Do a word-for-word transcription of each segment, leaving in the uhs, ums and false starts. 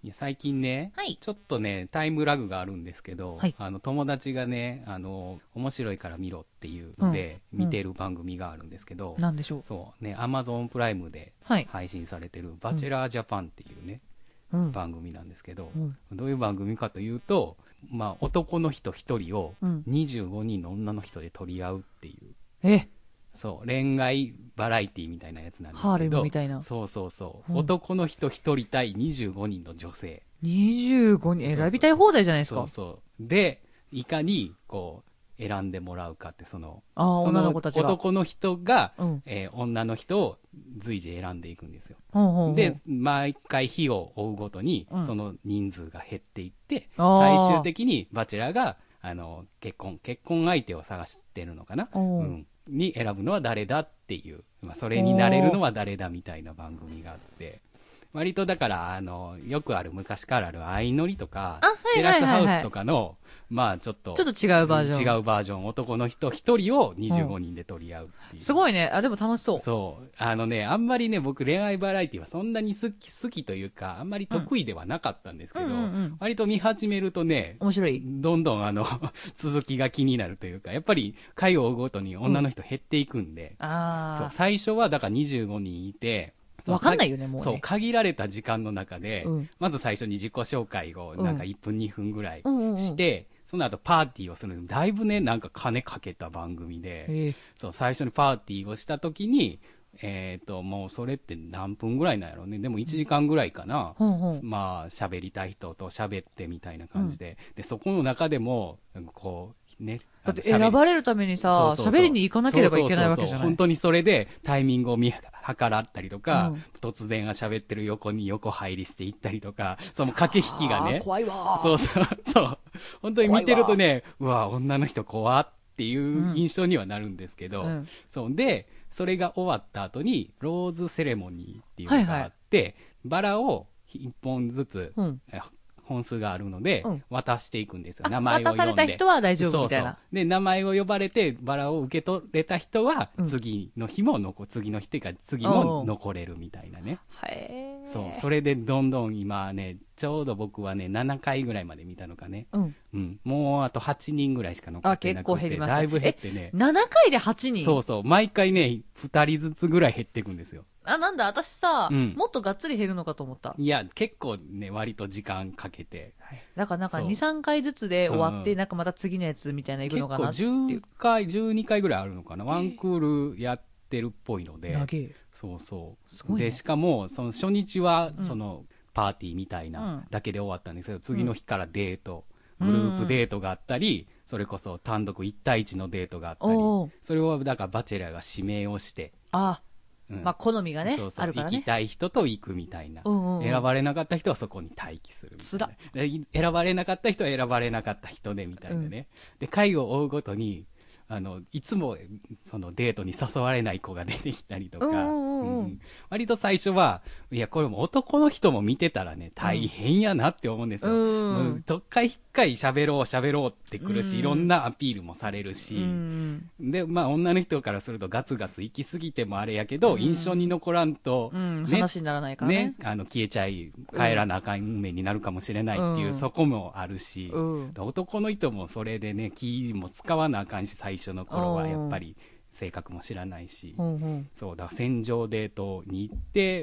いや最近ね、 はい。 ちょっとね、タイムラグがあるんですけど、 はい。 あの、友達がね、あの、面白いから見ろっていうので、 うん。うん。 見てる番組があるんですけど、 なんでしょう。 そうね、アマゾンプライムではい。 配信されてる、バうん。 チェラージャパンっていうね、 うん。 番組なんですけど、 うん。 どういう番組かというと、まあ、男の人一人をうん。 にじゅうごにんの女の人で取り合うっていう、 え、 そう、恋愛バラエティみたいなやつなんですハーレムみけど、 たいな。 そうそうそう、 うん。 男の人一人対にじゅうごにんの女性。 にじゅうごにん、 そうそうそう。 選びたい放題じゃないですか。 そうそう。で、いかに、こう、選んでもらうかって、その、 ああ、女のその子たちが。 男の人が、 うん。 えー女の人を随時選んでいくんですよ。 ほんほんほで、 ん。 毎回日を追うごとに、 うん。 その人数が減っていって、最終あ的にバチェラーが、あの、結婚、結婚相手を探してるのかなあ。おー。 うん。に選ぶのは誰だっていう、まあ、それになれるおー。 のは誰だみたいな番組があって、割とだから、あの、よくある昔からある相乗りとか、 あ、はいテラはいスハウスはいはい。 とかの、まあちょっと、 ちょっと違うバージョン。 違うバージョン、男の人一人を25 うん。 人で取り合うっていう。 すごいね。あ、でも楽しそそう。あのね、あんまりね、僕恋愛バラエティはそんなに好き、好きというか、あんまりう。うん。 得意ではなかったんですうんうんけど、 うん。 割と見始めるとね、 面白い。 どんどんあの、続きが気になるというか、やっぱり回を追うごとにうん。 女の人減っていくんで、そう、 あ最初はだからにじゅうごにんいて、 あ。 そのかわかんないよね、もうそう、 ね。 限られた時間の中で、 うん。 まず最初に自己紹介をなんかうん。 いっぷんにふんぐらいうんうんうん。 して、その後パーティーをするのだいぶね、なんか金かけた番組で、 へえ。 そう、最初にパーティーをした時に、えっと、もうそれって何分ぐらいなんやろうね。でもいちじかんぐらいかな。 ほんほん。 まあ、喋りたい人と喋ってみたいなうん。 感じで。で、そこの中でも、こう、ね、あの、 だって選喋り、 ばれるためにそうさ、 そうそう。 喋りに行かなけそうればいけないそうそうそう。 わけじゃない。 本当にそれでタイミングを見計らったりとか、 うん。 突然が喋ってる横に横入りしていったりとか、その駆け引きがああ、 ね、 怖いわそうそう、そう。本当ー。 に見てると怖いわね、うわ、女の人怖っていー。うん。 う印象にはなるんですけど、 うん。 そう。で、それが終わった後に、ローズセレモニーっていうのがあはいはい。 って、バラを一本ずつ、 うん。 え本数があるので、 うん。 渡していくんですよ。 あ、 名前を渡され読んで。 た人は大丈夫そうそみたいな。 う。で、名前を呼ばれて、バラを受け取れた人は、 うん。 次の日も残、次の日っていうか、次もおうおう。 残れるみたいなね。 はそう。 えそれでどんどん今ね、ちょうど僕はね、ななかいぐらいまで見たのかね。 ー。うん。 うん。もうあとはちにんぐらいしか残っあ、 て結なくて、 構減りましたね。 だいぶ減っえ、 てね。 ななかいではちにん？ そうそう。毎回ね、ふたりずつぐらい減っていくんですよ。 あ、なんだ、私さ、 うん。 もっとがっつり減るのかと思った。 いや、結構ね、割と時間かけて。 はい。だからなんかに、 そさんかいずつでう。うん終わって、 うん。 なんかまた次のやつみたいな行く結構のかなってい 10 う。 回、じゅうにかいぐらいあるのかな。ワンえクールやってるっぽいので。 長え。 そうそう。で、 すごいね。 しかも、その初日は、 うん。 その、パーティーみたいなうん。 だけで終わったんですけど、 うん。 次の日からデート、 うグループん。 デートがあったり、それこそ単独いち対いちのデートがあったり、 おー。 それをだからバチェラーが指名をして、 あ、 うん。 まあ、好みがね、 そうそう。 あるからね。 行きたい人と行くみたいな。 うんうんうん。 選ばれなかった人はそこに待機するみたつら。 いな。で選ばれなかった人は選ばれなかった人でみたいなね。で、回を追うごとに、あの、いつも、そのデートに誘われない子が出てきたりとうんうか、 んうんうん。 うん、割と最初は、いや、これも男の人も見てたらね、大変やなって思うんですうよ。もう、 ん。 とっかいひっかい喋ろう喋ろうってうくるし、いろんん。 なアピールもされるうし、 ん。 で、まあ、女の人からするとガツガツ行き過ぎてもあれやけうど、印象にん。 残らんと、 うん。 ね、 話にならないからね、 ね。 あの、消えちゃい、 うん。 帰らなあかん目になるかもしれないうっていう、そん。 こもあるし、 うん。 男の人もそれでね、気も使わなあかんし、最初の頃はやっうん。 ぱり性格も知らないし、 うんうん。 そうだ、戦場デートに行って、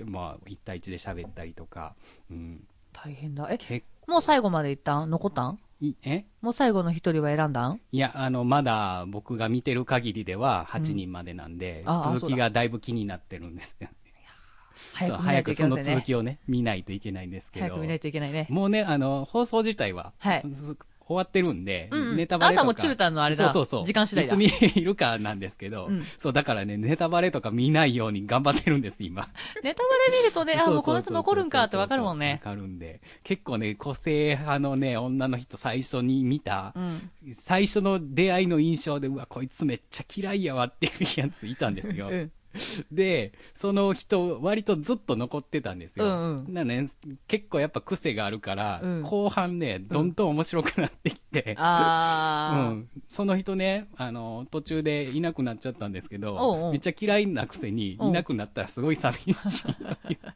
まあ、一対一で喋ったりとか、うん、 大変だ。え、 結もう最後まで行ったん？残ったん？ い、えもう最後の一人は選んだん？ いや、あの、まだ僕が見てる限りでは8 うん。 人までなんで、 ああ、 続そうだ。 きがだいぶ気になってるんですよ。そう、 早く見ないといけ早くそのませんね。 続きをね、見ないといけないんですけど、 早く見ないといけないね。 もうね、あの、放送自体は、 はい。 す終わってるんで、 うんうん。 ネタあなたバレとか、 もチルタンのあれそうだ。 そうそう、 時間次第だ。 いつ見るかなんですけど、 うん。 そう、だからね、ネタバレとか見ないように頑張ってるんです、今。 ネタバレ見るとね、あ、 そうもうこの人そうそうそう残るんかってわそうそうそう、わかるもんね。 かるんで。結構ね、個性派のね、女の人最初に見た、 うん。 最初の出会いの印象で、うわ、こいつめっちゃ嫌いやわっていうやついたんですよ。 うん。 で、その人、割とずっと残ってたんですうんよ。 うん。 なね、結構やっぱ癖があるから、 うん。 後半ね、どんうん。 どん面白くなってきて、うあん。その人ね、あの、途中でいなくなっちゃったんですけー。 ど、 おうおう。 めっちゃ嫌いなくせに、いおう。 なくなったらすごい寂しいというか、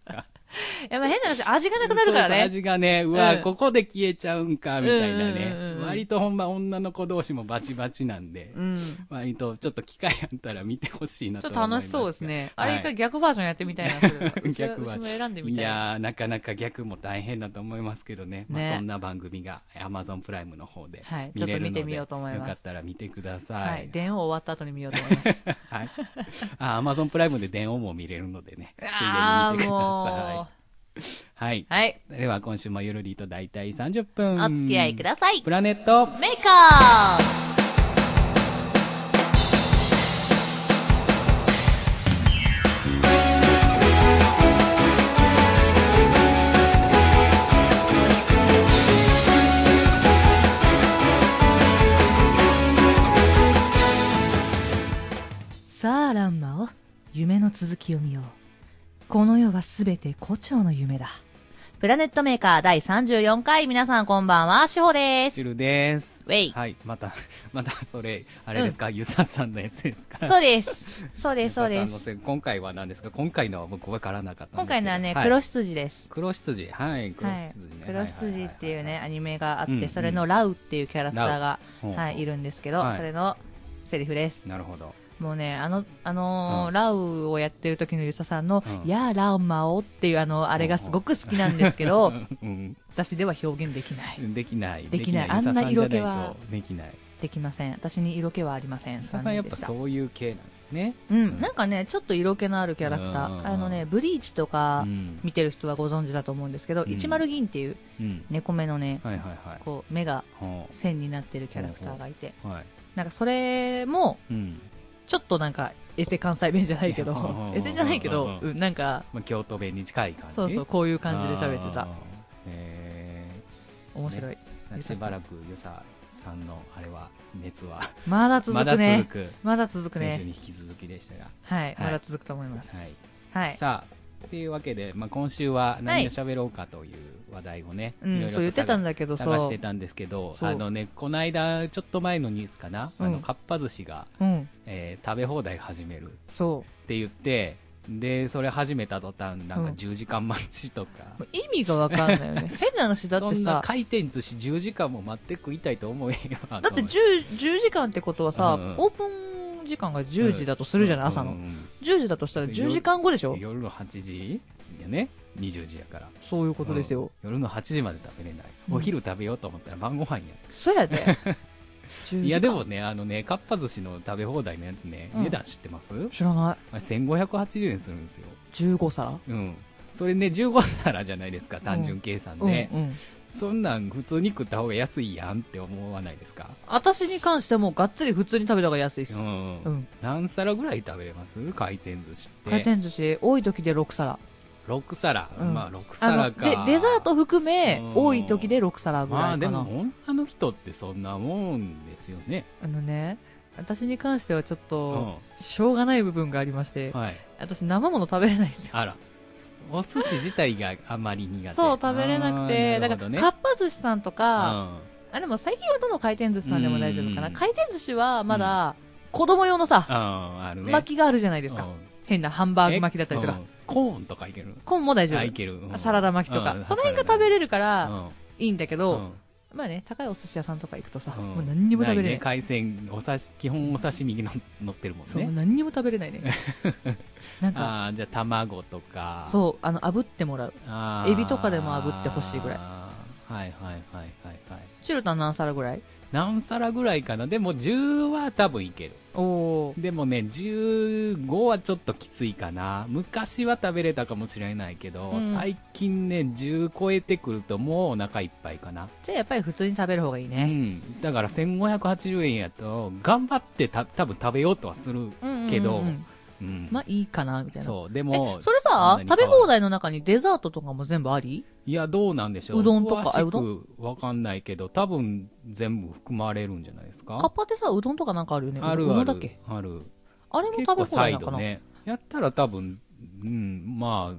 やっぱ変な話、味がなくなるからそうそうね。 味がね、うわ、 うんここで消えちゃうんか、みたいなうんうんうんねう。ん割とほんま女の子同士もバチバチなんで、 うん。 割とちょっと機会あったら見てほしいなちょと思います。 っと楽しそうですね。あはいれ一回逆バージョンやってみたいな、それは。うちは逆バージョンうちも選んでみたい。 いやー、なかなか逆も大変だと思いますけどね。まあ、 ねそんな番組が Amazon プライムの方ではい見れるので、 ちょっと見てみようと思いますよかったら見てください。 はい。電王終わった後に見ようと思います。 はい。あ、Amazon プライムで電話も見れるのでね。ついでにあー、 見てくだもさい。はい。 う。はい。 では今週もゆるりと大体さんじゅっぷん。 お付き合いください。 プラネットメーカーさあランマを夢の続きを見よう。この世はすべて胡蝶の夢だ。 プラネットメーカーだいさんじゅうよんかい、皆さんこんばんは、しほですシ。ルです。 ウェイ。 はい。また、またそれ、あれですか、ゆささんのやつですか。 そうです。そうです、そうでゆささんのす。 せ今回は何ですか。今回のは僕わからなかったんですけど。 今回のはね、 はい黒羊です。 黒羊。はい。黒はい羊ね。。 黒羊っていうね、アニメがあっうんて、それのラウっていうキャラクターが、 うんはい、いるんですけど、 はいそれのセリフです。 なるほど。 もうね、あの、あのーうんラウをやってる時のゆささんの、 うんやーラウマオっていうあの、あれがすごく好きなんですけど、 うん。 私では表現できない。 できない。 できないゆあんなささじゃ色気はないとできない。 できません。私に色気はありません。 ゆささんやっぱ残念でしたそういう系なんですね。 うん、なんかね、ちょっと色気のあるキャラクタうんー。あのね、ブリーチとかうん。 見てる人はご存知だと思うんですけど、 うん一丸銀っていううん。 猫目のね、 はいはいはい。 こう、目がほ線になってるキャラクターがいて、 うはい。 なんかそれも、 うん。 ちょっとなんか、エセ関西弁じゃないけうんうんどう、んエセじゃないけど、 うんうん、なんか、 まあ、京都弁に近い感じ。 そうそう、こういう感じで喋ってたあー。。へ面白い。 ーしばらくゆささんのあれは熱はまだ続まだ続くね。 く。 まだ続く先週ね。 に引き続きでしたが。 はい、まだ続くと思います。 はい。 はい。 さあ、っていうわけで、まあ、今週は何を喋ろうかという話題をね、 うんいろいろとそう言ってたんだけど探そうしてたんですけど、 そうあのね、この間、ちょっと前のニュースかな、 うんあの、かっぱ寿司が、 うん、 えー食べ放題始めるっそて言って、で、それ始めた途端、なんかうんじゅうじかん待ちとか、 う。もう意味がわかんないよね。変な話だっそんなてさ、 回転寿司じゅうじかんも待って食いたいと思えへんわ。 だってじゅう、じゅうじかんってことはさ、 うんうんオープン時間がじゅうじだとするじゃない、朝の。 うんうんじゅうじだとしたらじゅうじかんごでしょ。 夜のはちじやね、にじゅうじやから。 そういうことですよ。 うん夜のはちじまで食べれない。 うんお昼食べようと思ったら晩ご飯や。 そうやで。じゅうじかんいやでもね、あのね、かっぱ寿司の食べ放題のやつね、 うん値段知ってます知らない。 あれせんごひゃくはちじゅうえんするんですよ。 じゅうごさらうん。それね、じゅうごさらじゃないですか、単純計算で。 うんうん。 そんなん普通に食った方が安いやんって思わないですか。 私に関してもがっつり普通に食べた方が安いっす。 うん。 うん。 何皿ぐらい食べれます回転寿司って。 回転寿司、多い時でろくさら。 ろく皿。 うんまあろくあ皿の、でか。、 デザート含めうん、 多い時でろくさらぐまあでらいかな。 も女の人ってそんなもんですよね。 あのね、私に関してはちょっうと、しょうがない部分がありまして、 ん。はい。 私生もの食べれないんですよ。 あら。お寿司自体があまり苦手。 そう、食べれなくて、だから、 あーなるほどねかっぱ寿司さんとか、 うんあ、でも最近はどの回転寿司さんでも大丈夫かな。 うん回転寿司はまだ、子供用のさ、 あーあるね。 巻きがあるじゃないですか。 うん変なハンバーグ巻きだったりとかえう。んコーンとかいけるコーンも大丈あ、い夫。 ける。うんサラダ巻きとか。 うんその辺が食べれるかうら、 んいいんだけど、 うんまあね、高いお寿司屋さんとか行くとさ、 うんもう何にも食べれない。 ないね、海鮮、お刺し、基本お刺身にの乗ってるもんそう、 ね。 何にも食べれないね。なんか、 ああ、じゃあ卵とか。 そう、あの、炙ってもらう。 あーエビとかでも炙ってほしいぐらいはいはいはいはいはい。 チュルタン何皿ぐらい何皿ぐらいかな。でもじゅうは多分いける。 おー。 でもね、じゅうごはちょっときついかな。昔は食べれたかもしれないけど、 うん最近ね、じゅう超えてくるともうお腹いっぱいかな。 じゃあやっぱり普通に食べる方がいいうね。 ん。だからせんごひゃくはちじゅうえんやと、頑張ってた多分食べようとはする。 うんうんうんけどうん。 まあいいかな、みたいな。 そう。でえも、、 それさんな、に食べ変わ放題の中にデザートとかも全部ありいや、どうなんでしょう。 うどんとかあうど詳しくわかんないけど、多分全部含まれるんじゃないですか。 カッパってさ、うどんとかなんかあるよね。 あるあるうどんだっけ。 ある。 あれも結構食べ放サイ題なのかな、 ドね。やったら多分、うん、まあ、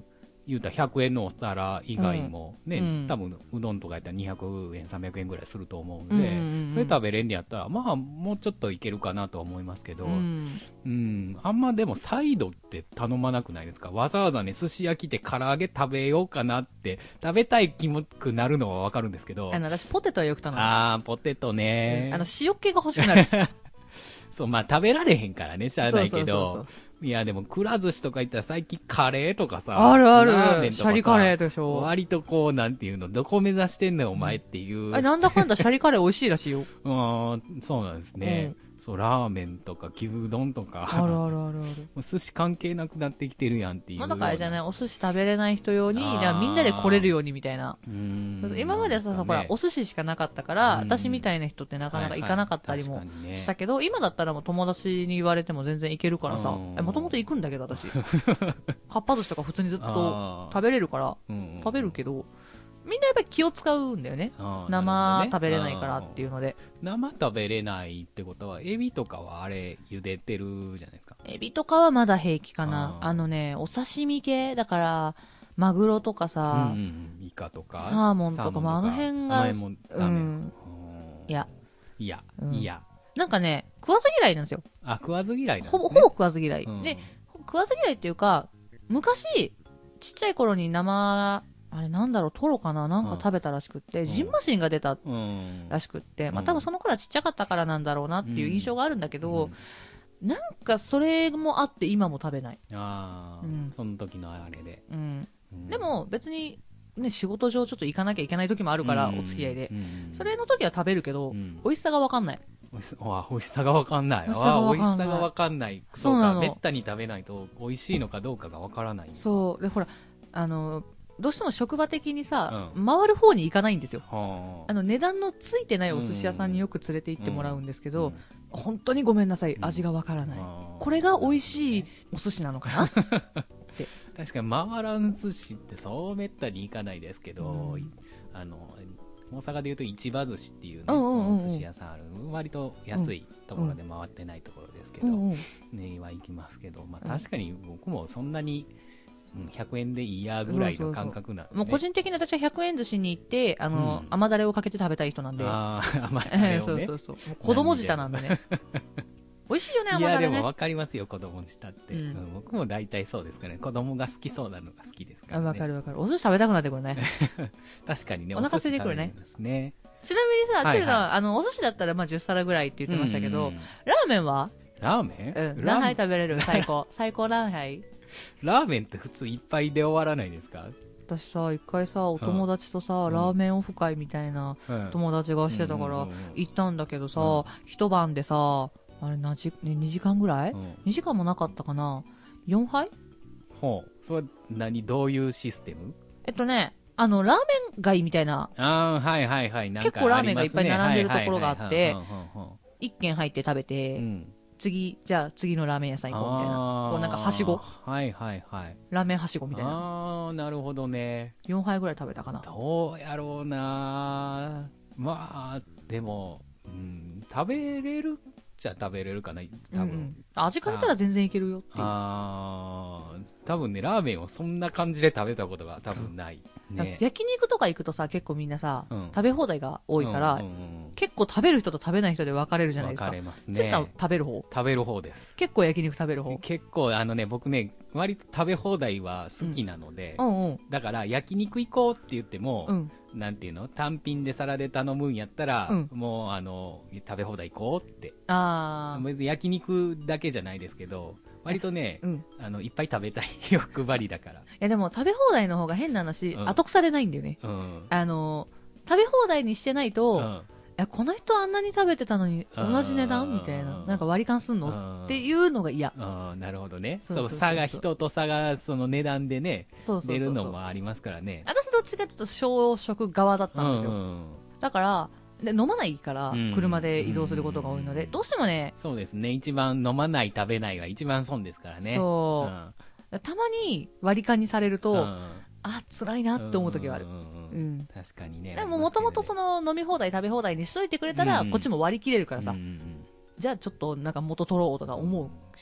言うたらひゃくえんのお皿以外もね、 うんうん多分うどんとかやったらにひゃくえんさんびゃくえんぐらいすると思うんで、 うんうんうんそれ食べれんでやったらまあもうちょっといけるかなとは思いますけど、 ううんん。 あんまでもサイドって頼まなくないですか？わざわざね寿司焼きで唐揚げ食べようかなって食べたい気もくなるのはわかるんですけど、 あの、私、ポテトはよく頼む。 あーポテトね、 あの、塩気が欲しくなる。 そうまあ食べられへんからねしゃあないけど、 そうそうそういやでもくら寿司とか行ったら最近カレーとかさ、 あるある。 ラーメンとかさシャリカレーでしょ。 割とこうなんていうのどこ目指してんねんお前っていう、 あれ、なんだかんだシャリカレー美味しいらしいよ。 うーんそうなんですね、そうラーメンとか牛丼とかあるあるあるある。 もう寿司関係なくなってきてるやんっていうまあ、 ような。 だからあれじゃない、お寿司食べれない人用に、 あーだからみんなで来れるようにみたいな。 うーん今まではさ、 そうですかねほら、お寿司しかなかったから、 うん私みたいな人ってなかなか行かなかったりもはいはい確かにねしたけど、今だったらもう友達に言われても全然行けるからさ、 うんもともと行くんだけど私。かっぱ寿司とか普通にずっとあー食べれるから、 うん食べるけど、みんなやっぱり気を使うんだよね。 あー生食べれなるほどねないからっていうので。 生食べれないってことはエビとかはあれ茹でてるじゃないですか。 エビとかはまだ平気かな。 あーあのね、お刺身系、だから、マグロとかうんさ、 うんうんイカとかサーモンとかサーモンまああの辺があの辺もダメうんいやいやうんいやなんかね、食わず嫌いなんですよ。 あ食わず嫌いなんですね。 ほぼ、ほぼ食わず嫌い。 うんで、食わず嫌いっていうか、昔、ちっちゃい頃に生、あれなんだろう、トロかななんか食べたらしくって、ジンマシンが出たうんらしくって、まあうん多分その頃はちっちゃかったからなんだろうなっていう印象があるんだけど、 うんなんかそれもあって今も食べない。 ああ、 うんその時のあれで、 うん。 うんでも別に、ね、仕事上ちょっと行かなきゃいけない時もあるから、 うんお付き合いでう。んそれの時は食べるけど、 うん美味しさがわかんない。 美味しあ美味しさがわかんない。 美味しさがあわかんない美味しさがわかんない。 そうなのめったに食べないと美味しいのかどうかがわからない。 そう。で、ほら、あの、どうしても職場的にさ、 う回る方に行かないんですよ。 はあの、値段のついてないお寿司屋さんによく連れて行ってもらうんですけど、 うん本当にごめんなさい、 うん味がわからない。 あーこれが美味しいお寿司なのかな確かに回らん寿司ってそうめったに行かないですけど、 うんあの大阪でいうと市場寿司っていうね、 うんうんうんうん寿司屋さんある割と安いところで回ってないところですけど、 うんうん。 ねは行きますけど、まあ、 うん確かに僕もそんなに、うんひゃくえんでいいやぐらいの感覚なんで、ね、 もう個人的に私はひゃくえん寿司に行って、あの、 うん甘だれをかけて食べたい人なんで。 ああ甘だれそうをねそうそう。もう子供舌なんでね。美味しいよね、甘だれね。 いやでも分かりますよ子供舌って、 うんうん僕も大体そうですからね子供が好きそうなのが好きですからあ、 ねわかるわかる。お寿司食べたくなってくるね。 確かにねお腹空いてくるねお寿司食べれますねちなみにさ、 はいはいチルダン、あの、お寿司だったらまあじゅっ皿ぐらいって言ってましたけど、 うんラーメンはラーメン、 うん。 ラーメン何杯食べれる最高。最高何杯ラーメンって普通一杯で終わらないですか、 私さ、一回さ、お友達とさ、 うんラーメンオフ会みたいなうん友達がしてたからうんうんうん、 行ったんだけどさ、 うん一晩でさ、あれ何時、ねにじかんぐらい、 うん ?に 時間もなかったかな ?よん 杯ほうそれは何どういうシステム？ えっとね、あの、ラーメン街みたいな、 ああはいはいはいなんか結構ラーメンがいっぱい並んでるところがあってはいはいはいはいうんうん一軒入って食べて、 うん次、じゃあ次のラーメン屋さん行こうみたいな。 あーこうなんかはしご。 はいはいはいラーメンはしごみたいな。 ああなるほどねよんはいぐらい食べたかな。 どうやろうなまあでも、うん、食べれるじゃ食べれるかな多分、 うんうん味変えたら全然いけるよっていう。 ああ多分ねラーメンをそんな感じで食べたことが多分ないね焼肉とか行くとさ、結構みんなさ、 うん食べ放題が多いから、 うんうんうん結構食べる人と食べない人で分かれるじゃないですか。 分かれますちょっとね食べる方食べる方です結構焼肉食べる方結構あのね僕ね割と食べ放題は好きなので、 うんうん。 だから焼肉行こうって言っても、 うん。 なんていうの単品で皿で頼むんやったら、 うんもうあの食べ放題行こうってあー。 別に焼肉だけじゃないですけど割とね、 うん。いあのいっぱい食べたい欲張りだからやでも食べ放題の方が変な話、 うん後腐れないんだよね。 うん、 あの、食べ放題にしてないと、 うんえ、この人あんなに食べてたのにうん同じ値段みたいな。なんか割り勘すんのうんっていうのが嫌。 あーなるほどね。 そそうそうそうそうう差が、人と差が、その値段でね、 そうそうそうそう。 出るのもありますからね。 私どっちかっていうと小食側だったんですよ。 うんだから、で飲まないからうん、 車で移動することが多いので、 うんどうしてもね、 そうですね。一番飲まない、食べないが一番損ですからね。 そう、たまに割り勘にされると、 うんあ、辛いなって思う時はある。 んんうんうんん。 確かにね。 でももともとその、 の飲み放題食べ放題にしといてくれたら、 うんこっちも割り切れるからさ、 うんうんうんじゃあちょっとなんか元取ろうとか思うし、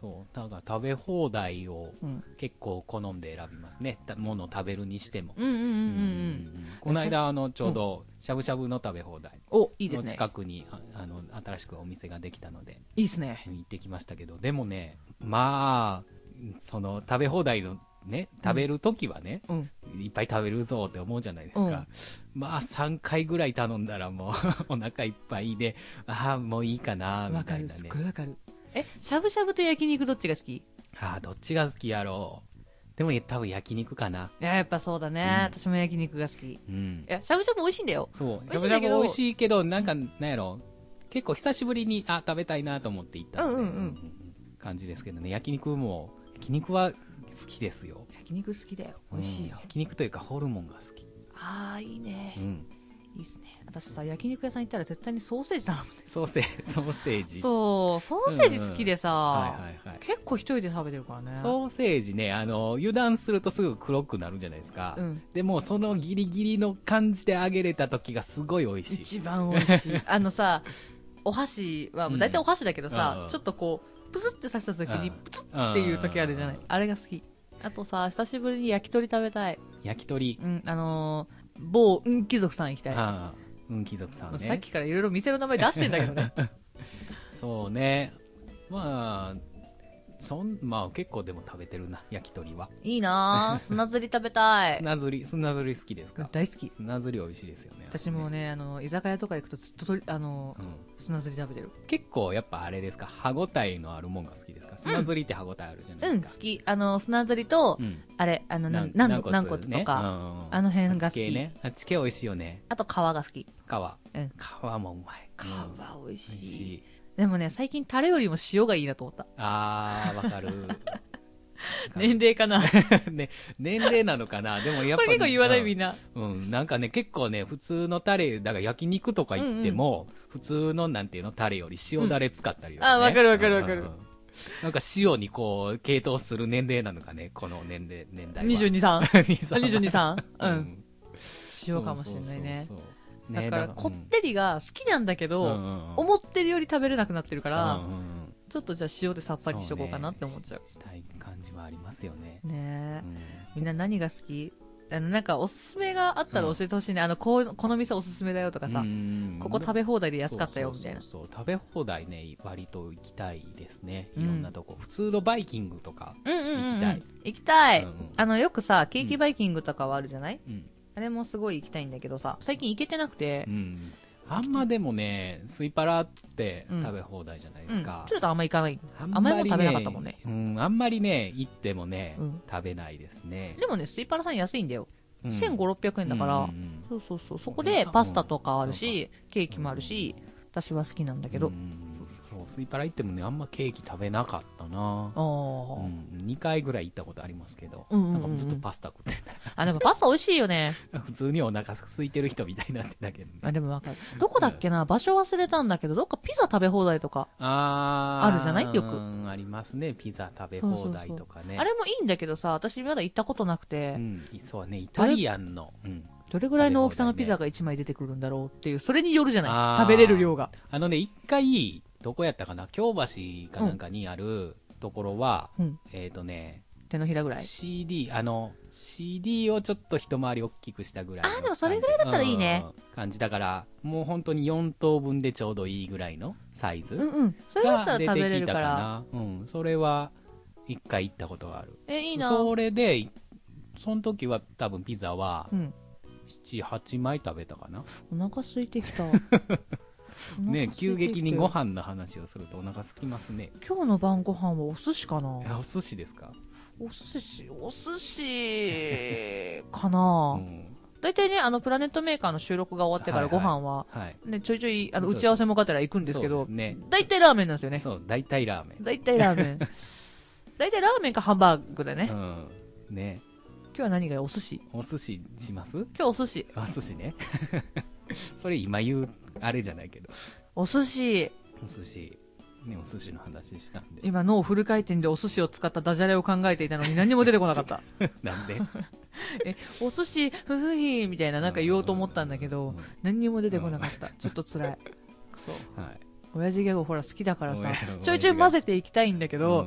そうだから食べ放題をうん。 結構好んで選びますね、たものを食べるにしても。 うんうんうんうんうん。 うんこの間あのちょうどしゃぶしゃぶの食べ放題お、いいですのね。 近くにああの新しくお店ができたのでいいですね。 行ってきましたけど、でもね、まあその食べ放題のね食べるときはね、 うん。 いっぱい食べるぞって思うじゃないですか、まあさんかいぐらい頼んだらもうお腹いっぱいで、ああもういいかなみわかる、すったいなね。 ごいわかる。え、しゃぶしゃぶと焼肉どっちが好き？いああどっちが好きやろう。でも多分焼肉かな。 や、やっぱそうだね。 うん私も焼肉が好き。いうんや、しゃぶしゃぶ美味しいんだよ。 そう美味しいんだけど美味しいけどなんかなんやろ、結構久しぶりにあ食べたいなと思って行ったので、 うんうんうん感じですけどね。焼肉も焼肉は好きですよ。 焼肉好きだよ。美味しいようん。焼肉というかホルモンが好き。 ああ、いいねう。んいいっすね。私さ、焼肉屋さん行ったら絶対にソーセージ頼むね。 ソーセージソーセージそう、ソーセージ好きでさ、 はいはいはい。 結構一人で食べてるからね。 ソーセージね、あの油断するとすぐ黒くなるじゃないですか、 うん。 でもそのギリギリの感じで揚げれた時がすごい美味しい。 一番美味しい。あのさ、お箸は、 うん大体お箸だけどさ、 うんちょっとこう、プスって刺した時に、 うんプツッっていう時あるじゃない。あれが好き。あとさ、久しぶりに焼き鳥食べたい。 焼き鳥、 うん、あのー、某、うん、貴族さん行きたい。 ああうん貴族さんね。 さっきからいろいろ店の名前出してんだけどね。 そうね、まあそんまあ結構でも食べてるな焼き鳥は。 いいなぁ。砂ずり食べたい。 砂ずり砂ずり好きですか？ 大好き。 砂ずり美味しいですよね。 私もね、あの、居酒屋とか行くとずっととり、あの、 うん、 砂ずり食べてる。 結構やっぱあれですか、歯ごたえのあるもんが好きですか？砂ずりって歯ごたえあるじゃなうん、 いですか。 好き。あの、砂ずりと、 うん、 あれ、あの、ななん軟骨、軟軟骨ね骨とか、 うんうんうんあの辺が好きあっち系ね。あっち系美味しいよね。 あと皮が好き。 皮。 うん。 皮もうまい。 皮うん美味美味しい。 しい。 でもね、最近タレよりも塩がいいなと思った。 あー、わかる。 年齢かな。こね、年齢なのかな。でもやっぱ、 れ結構言わないみんな。 な。 うん、なんかね、結構ね、普通のタレ、だから焼肉とか行っても、普通のなんていうの、タレより塩ダレ使ったりとかね、 うんあわかるわかるわかるうんうんうんなんか塩にこう、傾倒する年齢なのかね、この年齢、年代は。 にじゅうに、さん。 にさんにじゅうに、さん。う。 うんん。 塩かもしれないね。 そうそうそうだから、 ねこってりが好きなんだけど、 うんうんうん思ってるより食べれなくなってるから、 うんうんうんちょっとじゃあ塩でさっぱりしとこうかなって思っちゃう。 したい感じはありますよね。 ねえ、 うんみんな何が好き？あの、なんかおすすめがあったら教えてほしいね。あの、こう、この店おすすめだよとかさ、 うんここ食べ放題で安かったよみたいな。 そうそうそう食べ放題ね割と行きたいですね、 うんいろんなとこ、普通のバイキングとか、 うんうんうんうん。 行きたい。 行きたい。 うんうんあの、よくさ、ケーキバイキングとかはあるじゃない？ うんあれもすごい行きたいんだけどさ、最近行けてなくてう、ん、あんまでもねスイパラってうん食べ放題じゃないでうん。 すか、 ちょっとあんま行かない。 あ甘いもの食べなかったもんね。 うん、あんまりね行ってもね、 うん食べないですね。 でもね、スイパラさん安いんだよ。 うんせんごひゃく、ろっぴゃくえんだから、 うんうんそうそうそう。そこでパスタとかあるし、ケーキもあるし、私は好きなんだけど。 うんそうスイパラ行ってもねあんまケーキ食べなかったな、 あーうん、にかいぐらい行ったことありますけど、 うんうんうんうんなんかずっとパスタ食ってあ、でもパスタ美味しいよね。 た普通にお腹空いてる人みたいになってたけどね。 あ、でもわかる。どこだっけな、場所忘れたんだけど、どっかピザ食べ放題とか。 あーあるじゃないよくうんありますね、ピザ食べ放題とかね。 あれもいいんだけどさ、私まだ行ったことなくて、 うん、そうね、イタリアンの、うん、 どれぐらいの大きさのピザがいちまい出てくるんだろうっていう、それによるじゃあーない食べれる量が。 あのね、一回、どこやったかな、京橋かなんかにあるところは、 うん。 えっ、とね、 手のひらぐらい。 シーディー、あの、シーディー をちょっと一回り大きくしたぐらいの感じ。 あーでもそれぐらいだったらいいねうん。感じだから、もう本当によんとうぶんでちょうどいいぐらいのサイズうんうん。それだったが出ら食べれてきたかるから。 な。うん、それは一回行ったことがある。 え、いいな。 それで、その時は多分ピザはうん。 なな、はちまい食べたかな。 お腹空いてきた。 ね、急激にご飯。 飯の話をするとお腹空きますね。 今日の晩ご飯はお寿司かな。 えお寿司ですか？ お寿司、お寿司かうな。 ん。 大体ね、あの、プラネットメーカーの収録が終わってからごはいはい飯は、 はい。 ね、ちょいちょい、あの、 そうそう打ち合わせもがてら行くんですけどそうで、すね。 大体ラーメンなんですよね。 そう、大体ラーメン。 大体ラーメン。大体ラーメンかハンバーグだね。 うん。ね。 今日は何がいいお寿司。 お寿司します？ 今日お寿司。 あ、寿司ね。それ今言う、あれじゃないけど。 お寿司。 お寿司。ね、お寿司の話したんで。 今脳フル回転でお寿司を使ったダジャレを考えていたのに何にも出てこなかった。 なんでえ、お寿司、ふふひーみたいななんか言おうと思ったんだけどうん、 何にも出てこなかった。ちょっと辛い。くそ。 はい。 親父ギャグほら好きだからさ親父ギャ、グちょいちょい混ぜていきたいんだけど、 うん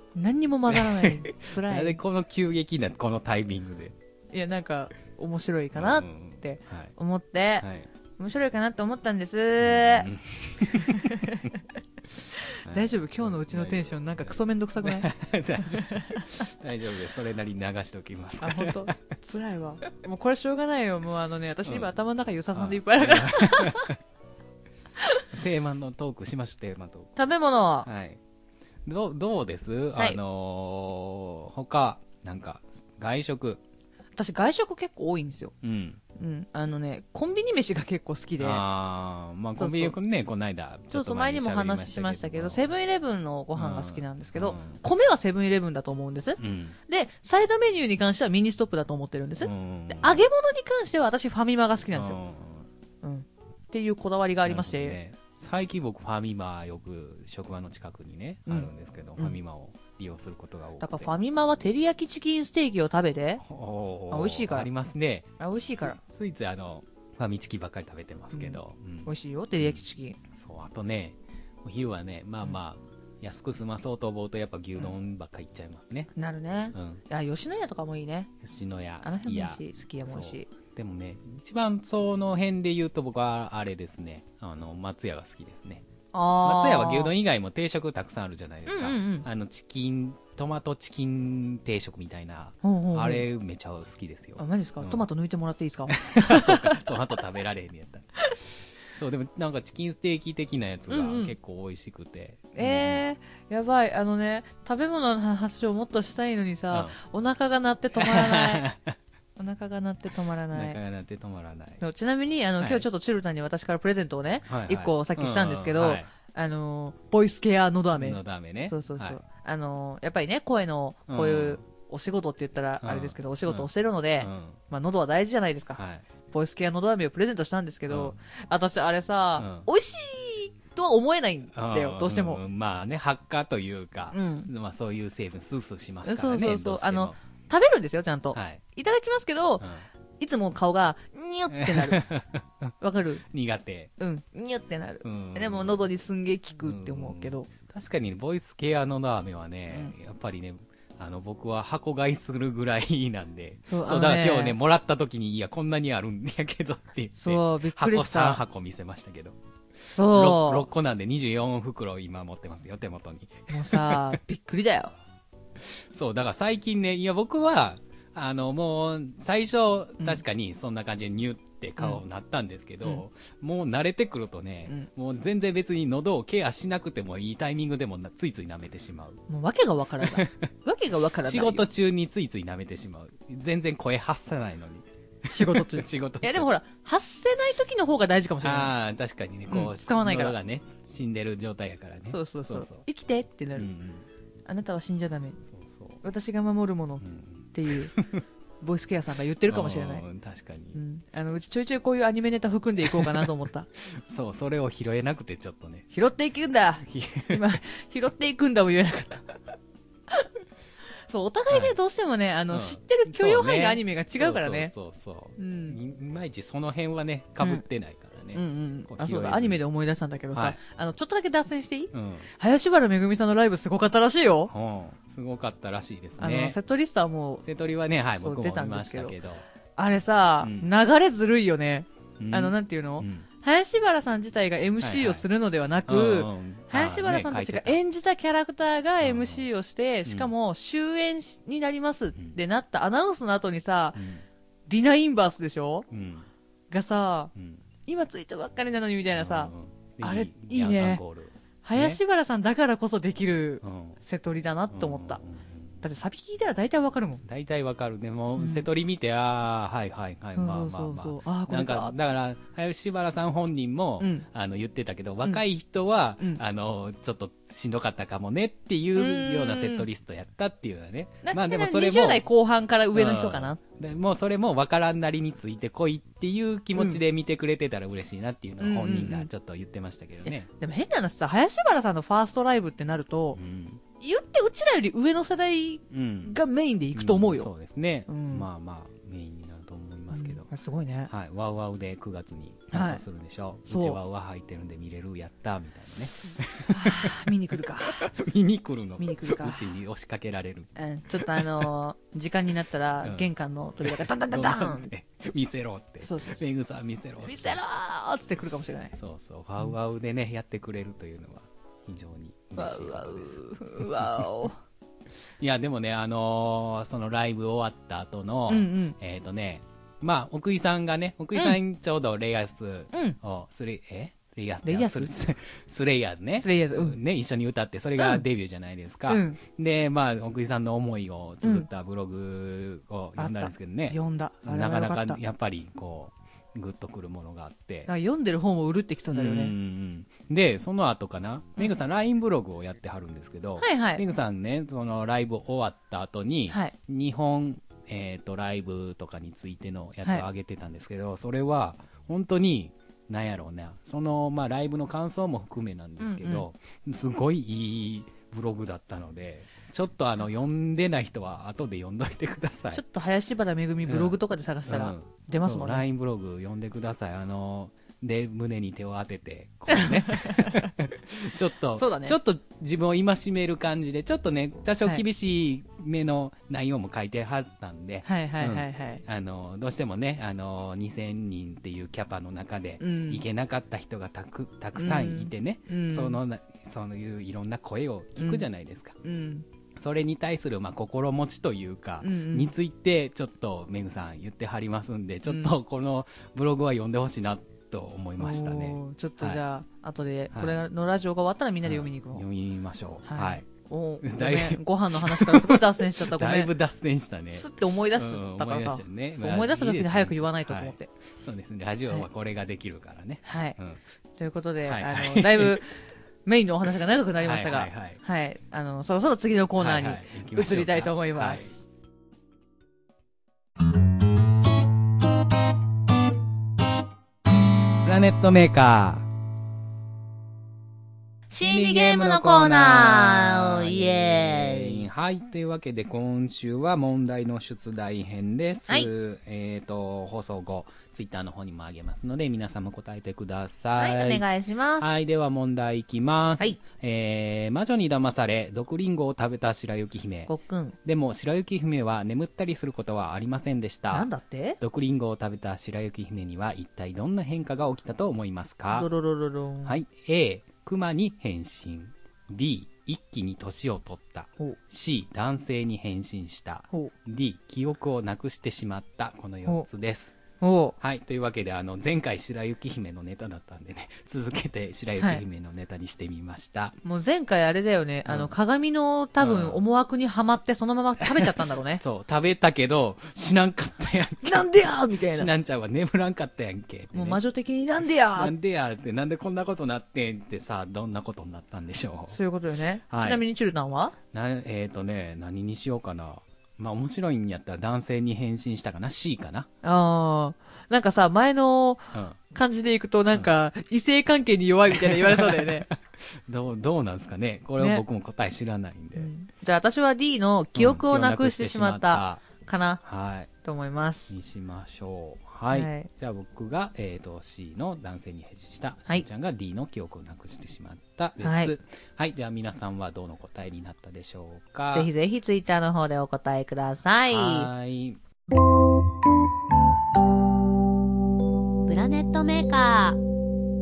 何にも混ざらない。辛なんでい。 この急激なこのタイミングで。 いや、なんか、面白いかなっうんてはい。 思って、 はい。 面白いかなって思ったんです。 うん大丈夫今日のうちのテンションなんかクソめんどくさくない大丈夫。大丈夫です。それなりに流しておきますかあ、 ら。 ほんと辛いわ。もうこれしょうがないよ。もうあのね、私今うん頭の中ゆささんでいっぱいあるから。 テーマのトークしましょう、テーマトーク。 食べ物。 はい。どう、どうです、 はいあのー、他、なんか、外食。 私外食結構多いんですよ。 うん。 うん。あのね、コンビニ飯が結構好きで。 ああ、まあ、 そうそうコンビニね、この間、ちょっとそうそう、前にも話しましたけど、セブンイレブンのご飯が好きなんですけど、 うん米はセブンイレブンだと思うんです。 うん。 で、サイドメニューに関してはミニストップだと思ってるんです。 うんで、揚げ物に関しては私ファミマが好きなんですよ。 ううん。っていうこだわりがありまして。 なるほどね最近僕ファミマよく職場の近くにね、 うんあるんですけど、ファミマを利用することが多くて。 だからファミマは照り焼きチキンステーキを食べて、 おーあ美味しいからありますね。 あ、美味しいから。 つついついあの、ファミチキばっかり食べてますけど。うん美味しいよ、照り焼きチキン。 そう、あとね、お昼はね、まあまあ、安く済まそうと思うとやっぱ牛丼ばっかりいっちゃいますね。 なるね。 うん。 あ、吉野家とかもいいね。 吉野家、 あのすき家。 辺も美味しい。すき家も美味しい。 でもね、一番その辺で言うと僕はあれですね、あの、松屋が好きですね。 あ松屋は牛丼以外も定食たくさんあるじゃないですか。 うんうんうんあの、チキン、トマトチキン定食みたいな、 ほうほうほうあれめちゃ好きですよあ、。マジですか、 うんトマト抜いてもらっていいですかそうか、トマト食べられへんやったら。そう、でもなんかチキンステーキ的なやつがうんうん結構美味しくて。 えー、やばい。あのね、食べ物の話をもっとしたいのにさ、お腹が鳴って止まらない。お腹が鳴って止まらうん、 な。 ないかなかなって止まらない。 そうちなみに、あの、 はい今日ちょっとチュルタンに私からプレゼントをね、 はいはい一個さっきしたんですけど、 うんはいあの、ボイスケアのど飴。 のダメね。 そうそうそう。 はいあの、やっぱりね、声の、こういう、お仕事って言ったらあれですけど、お仕事をしてるので、 うんまあ、喉は大事じゃないですか。 はい。 ボイスケアのど飴をプレゼントしたんですけど、 うん私、あれさ、 う美味しいとは思えないんだよ、どうしても。 んんまあね、発火というか、 うんまあそういう成分スースーしますからね。 そうそうそうどしてもあの、食べるんですよ、ちゃんと。 はい。 いただきますけど、 うんいつも顔が、ニュってなる。わかる苦手。 うん、ニュってなる。 うんでも、喉にすんげえ効くって思うけど。 確かにボイスケアのラーメンはね、やっぱりね、あの、僕は箱買いするぐらいなんで、 そうそう、 あのねだから今日ね、もらった時に、いや、こんなにあるんやけどって言って、 そう、びっくり箱さんした。 箱見せましたけど、 そろっこなんでにじゅうよん袋今持ってますよ、手元に。 う。もうさ、びっくりだよ。 そう、だから最近ね、いや、僕は、あの、もう、最初、確かにそんな感じでニュって顔になったんですけど、もう慣れてくるとね、もう全然別に喉をケアしなくてもいいタイミングでもなついつい舐めてしまう。 もう訳がわからない。訳がわからないよ。 仕事中についつい舐めてしまう。全然声発さないのに。 仕事中。 仕事中。 いや、でもほら、発せない時の方が大事かもしれない。 ああ、確かにね、こう、 うん使わないから喉がね、死んでる状態やからね。 そうそうそう。 そう生きてってなる、 うんうん。 あなたは死んじゃダメ。 そうそう。 私が守るものっうんていう、ボイスケアさんが言ってるかもしれない。 うん確かに、 うん。あの、うちちょいちょいこういうアニメネタ含んでいこうかなと思った。 そう、それを拾えなくてちょっとね。 拾っていくんだ今、拾っていくんだも言えなかった。そう、お互いね、 はいどうしてもね、あの、 うん知ってる許容範囲のアニメが違うからね。 そうそうそうそう。 うん。 いいまいちその辺はね、被ってないからね。 うんうんこ。 あ、そうだ、 拾えずアニメで思い出したんだけどさ、 はいあの、ちょっとだけ脱線していいうん。 林原めぐみさんのライブすごかったらしいよ。 うん。すごかったらしいですあの、 ね。 セットリストはもう、 瀬戸りはね、はい、 そう僕も見ま出たんですけどしたけど。 あれさ、 うん流れずるいよね。 うんあの、なんていうの、 うん林原さん自体が エムシー をするのではなく、 うんうん林原さんたちがあーね演じたキャラクターが エムシー をして、 んしかも終演しになりますってなったアナウンスの後にさ、 書いてリナインバースでしょたうんうんがさ、 うん今ついたばっかりなのにみたいなさ、 うんうんであれいいねアンコール林原さんだからこそできるうん瀬戸りだなって思った。 うんうんうんだってサビ聞いたら大体わかるもん。 大体わかるね。もう、 うん瀬戸り見て、ああ、はいはいはい、 そうまあまあそうそうまそう。ああ、 あ。 これか、。 なんかだから、林原さん本人も、 うんあの、言ってたけど、若い人は、 うんあの、ちょっとしんどかったかもねっていうようなセットリストやったっていうのはね。まあでもそれも、 にじゅう代後半から上の人かな。 うんでもうそれも分からんなりについてこいっていう気持ちで見てくれてたら嬉しいなっていうのを本人がちょっと言ってましたけどね。 でも変な話さ、林原さんのファーストライブってなるとう、ん。 言ってうちらより上の世代うん。 がメインで行くと思うよ。 んそうですね。 うんまあまあ、メインになると思いまますけど、 うん、すごいね。 はい、ワウワウでくがつに放送するんでしょ、はい、うちワウワ入ってるんで見れる、やったみたいなね見に来るか見に来るの、 見に来るか、 うちに押しかけられる、 うん、ちょっとあのー、時間になったら、うん、玄関の扉がダンダンダンダンって見せろって、 そうそうそう、 メグさん見せろ見せろーって来るかもしれない。 そうそう、ワウワウでねやってくれるというのは非常に嬉しいことです。 わおいやでもね、あのー、そのライブ終わった後の、 うんうん、 えっ、ー、とね、まあ奥井さんがね、奥井さんちょうどレイヤースを、スレ、えレイヤースレイヤーススレイヤーズね、 スレイヤーズ、うん、 ね、一緒に歌って、それがデビューじゃないですか。うん、で、まあ奥井さんの思いを綴ったブログを読んだんですけどね、 うん、読んだ、 なかなかやっぱりこうグッとくるものがあって、 読んでる本もうるってきそうだよね。うんうん、でその後かな、メグさん ライン ブログをやってはるんですけど、 はいはい、 メグさんね、そのライブ終わった後に、はい、日本、えーと、ライブとかについてのやつを上げてたんですけど、はい、それは本当になんやろうな、その、まあ、ライブの感想も含めなんですけど、うんうん、すごいいいブログだったので、ちょっとあの読んでない人は後で読んどいてください。 ちょっと林原めぐみブログとかで探したら出ますもんね。 うんうん、ライン ブログ読んでください。あので胸に手を当ててこうねちょっとそうだね、ちょっと自分を戒める感じで、ちょっとね多少厳しい目の内容も書いてはったんで、 はいはいはいはい、うん、 あのどうしてもね、あのにせんにんっていうキャパの中で行けなかった人がたく、たくさんいてね、うん、そのそういういろんな声を聞くじゃないですか、うんうん、それに対するまあ心持ちというか、うんうん、についてちょっとメグさん言ってはりますんで、ちょっとこのブログは読んでほしいなと思いましたね。 ちょっとじゃあ、はい、後でこれのラジオが終わったらみんなで読みに行こう、 はい、読みましょう。はい、はい、 おだいぶご飯の話からすごい脱線しちゃったごめんだいぶ脱線したね。 すって思い出したからさ、うん、思い出したね、そう思い出した時に早く言わないとと思って、はい、 そうですね、ラジオはこれができるからね。 はい、 うん、 ということで、はい、あのだいぶメインのお話が長くなりましたが、はいはいはい、はい、あのそろそろ次のコーナーに移りたいと思います。 プラネットメーカー心理ゲームのコーナー、イエーイ。 はい、というわけで今週は問題の出題編です。はい、えっ、ー、と放送後ツイッターの方にもあげますので皆さんも答えてください。 はい、お願いします。 はい、では問題いきます。 はい、 えー、魔女に騙され毒リンゴを食べた白雪姫。 ごっくん。 でも白雪姫は眠ったりすることはありませんでした。 なんだって？ 毒リンゴを食べた白雪姫には一体どんな変化が起きたと思いますか？ ドロロロロン。 はい、A、熊に変身。B、一気に年を取った。 C、男性に変身した。 D、記憶をなくしてしまった。このよっつです。 おはい、というわけであの前回白雪姫のネタだったんでね、続けて白雪姫のネタにしてみました。はい、 もう前回あれだよね、うん、あの鏡の多分思惑にはまってそのまま食べちゃったんだろうね。 そう食べたけど死なんかったやんけ。 なんでやーみたいな。 死なんちゃうは眠らんかったやんけ、ね、 もう魔女的になんでやーなんでやーってなんでこんなことなってんってさ、どんなことになったんでしょう。 そういうことよね。 はい、 ちなみにチュルタンはなえっ、ー、とね何にしようかな。まあ面白いんやったら男性に変身したかな。 C かな。 ああなんかさ、前の感じでいくと、なんか、異性関係に弱いみたいな言われそうだよね。 どう、どうなんですかね。これは僕も答え知らないんで。ねうん、 じゃあ私は D の記憶をなくしてしまったかな、 うん、はい。 と思います。 にしましょう。はい。はい、じゃあ僕が、えっ、ー、と、C の男性に変身した。 はい。 しんちゃんが D の記憶をなくしてしまったです。 はい。 はい。では皆さんはどの答えになったでしょうか。 ぜひぜひツイッターの方でお答えください。 はい。 プラネットメーカー。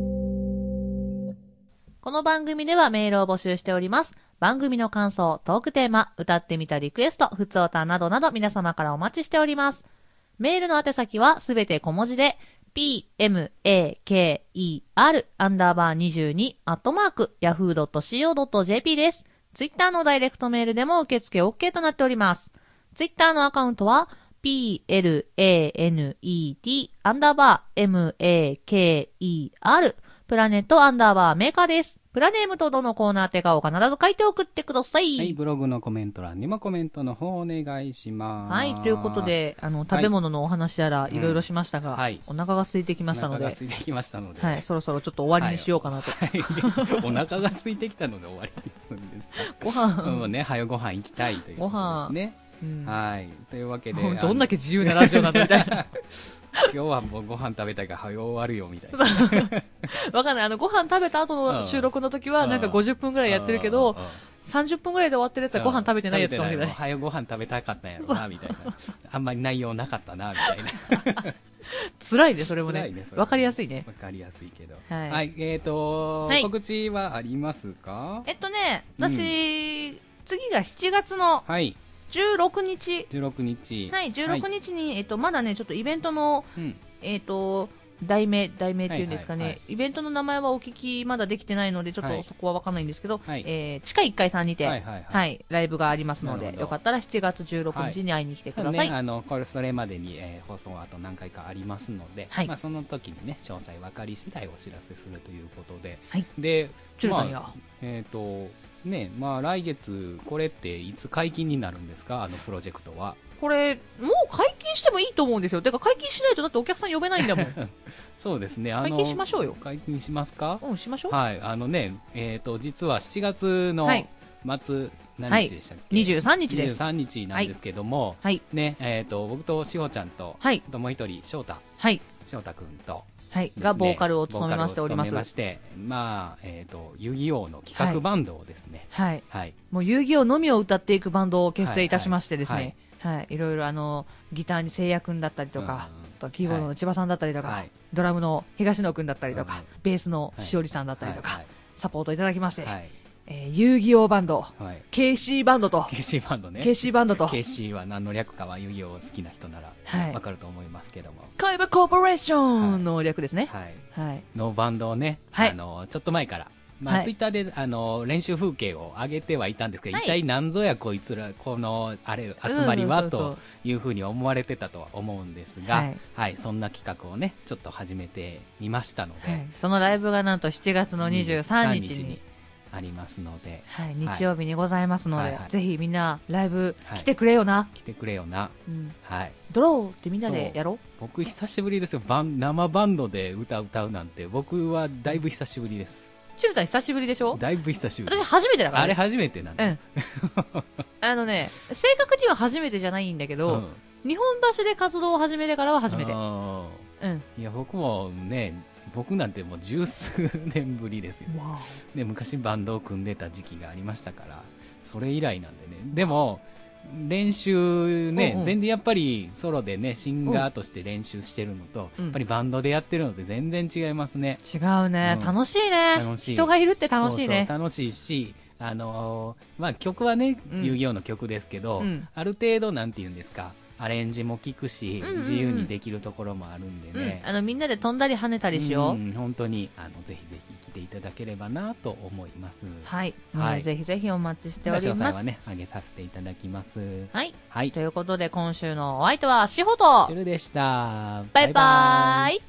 この番組ではメールを募集しております。番組の感想、トークテーマ、歌ってみたリクエスト、ふつおたなどなど皆様からお待ちしております。メールの宛先はすべて小文字で ピーエムエーケーイーアール アンダーバーにじゅうにアットマーク ヤフードットシーオードットジェーピー です。ツイッターのダイレクトメールでも受付 OK となっております。ツイッターのアカウントはピーエルエーエヌイーティー アンダーバー エムエーケーイーアール プラネットアンダーバーメーカーです。プラネームとどのコーナー手かを必ず書いて送ってください。 はい、ブログのコメント欄にもコメントの方お願いします。 はい、ということで、あの、食べ物のお話やらいろいろしましたが、はい、お腹が空いてきましたので、お腹が空いてきましたので、 はい、そろそろちょっと終わりにしようかなと。はい、 お腹が空いてきたので終わりにするんですか。 ご飯。 もうね、早ご飯行きたいということですね。 うん、 はい。というわけで。 どんだけ自由なラジオなんだみたいな。 今日はもうご飯食べたいから早終わるよみたいな。 わかんない。あの、ご飯食べた後の収録の時はなんかごじゅっぷんくらいやってるけど、さんじゅっぷんくらいで終わってるやつはご飯食べてないやつかもしれない。 早ご飯食べたかったんやろな、みたいな。あんまり内容なかったな、みたいな。 辛いね、それもね。わかりやすいね。 わかりやすいけど。 はい。 はい、えっと、はい、告知はありますか？ えっとね、私、うん、次がしちがつのじゅうろくにち。 じゅうろくにち。 はい、じゅうろくにちに、はい、えっと、まだね、ちょっとイベントの、うん、えっと、題名、題名っていうんですかね、はいはいはい、イベントの名前はお聞きまだできてないので、ちょっとそこはわかんないんですけど、はい、えー、地下いっかいさんにて、はいはいはいはい、ライブがありますので、よかったらしちがつじゅうろくにちに会いに来てください。はい、 ね、あの、これ、それまでに、えー、放送あと何回かありますので、はい、まあ、その時にね、詳細分かり次第お知らせするということで、はい、で、まあ、えっと、ね、まあ、来月、これっていつ解禁になるんですか、あのプロジェクトは。 これ、もう解禁してもいいと思うんですよ。てか、解禁しないとだってお客さん呼べないんだもん。 そうですね。 あの解禁しましょうよ。 解禁しますか？ うん、しましょう。 はい。あのね、えっと、実はしちがつの末、何日でしたっけ？ にじゅうさんにちです。 にじゅうさんにちなんですけども、はい。ね、えっと、僕としほちゃんと、はい。ともう一人、翔太。はい。翔太くんと、 はい、がボーカルを務めましております。 まして、まあ、えっ、ー、と、遊戯王の企画バンドをですね。 はい。はい。もう遊戯王のみを歌っていくバンドを結成いたしましてですね。はいはいはい、いろいろあのギターにせいやくんだったりとか、うん、キーボードの千葉さんだったりとか、はい、ドラムの東野くんだったりとか、はい、ベースのしおりさんだったりとか、はいはい、サポートいただきまして、はい、えー、遊戯王バンド、はい、ケーシー バンドとケーシー バンドねケーシー バンドとケーシー は何の略かは遊戯王好きな人ならわかると思いますけども、 海馬コーポレーションの略ですね、 はいはい、のバンドをね、はい、あのちょっと前からまあはい、ツイッターであの練習風景を上げてはいたんですけど、はい、一体何ぞやこいつらこのあれ集まりはというふうに思われてたとは思うんですが、はい、はい、そんな企画をねちょっと始めてみましたので、はい、 そのライブがなんとしちがつのにじゅうさんにちにありますので、 はい、日曜日にございますので、はいはい、ぜひみんなライブ来てくれよな、はい、 来てくれよな、うん、はい、 ドローってみんなでやろう。 僕久しぶりですよ。バン生バンドで歌歌うなんて僕はだいぶ久しぶりです。 チルタン久しぶりでしょ？ だいぶ久しぶり。 私初めてだから、ね、 あれ初めてなんだ。うん。 あのね、正確には初めてじゃないんだけど、うん、日本橋で活動を始めてからは初めて。うん。 いや、僕もね、僕なんてもう十数年ぶりですよ。で、昔バンドを組んでた時期がありましたから、それ以来なんでね。でも、練習ね、うんうん、全然やっぱりソロでねシンガーとして練習してるのと、うん、やっぱりバンドでやってるのって全然違いますね。 違うね、うん、楽しいね。楽しい。人がいるって楽しいね。 そうそう楽しいし、あのー、まあ曲はね、うん、遊戯王の曲ですけど、うん、ある程度なんて言うんですか、アレンジも効くし、うんうんうん、自由にできるところもあるんでね、 うん、あのみんなで飛んだり跳ねたりしよう、うん、 本当にあのぜひぜひ来ていただければなと思います。 はい、はい、ぜひぜひお待ちしております。詳細はね、あげさせていただきます。 はい、はい、ということで今週のお相手はしほとシュルでした。 バイバーイ。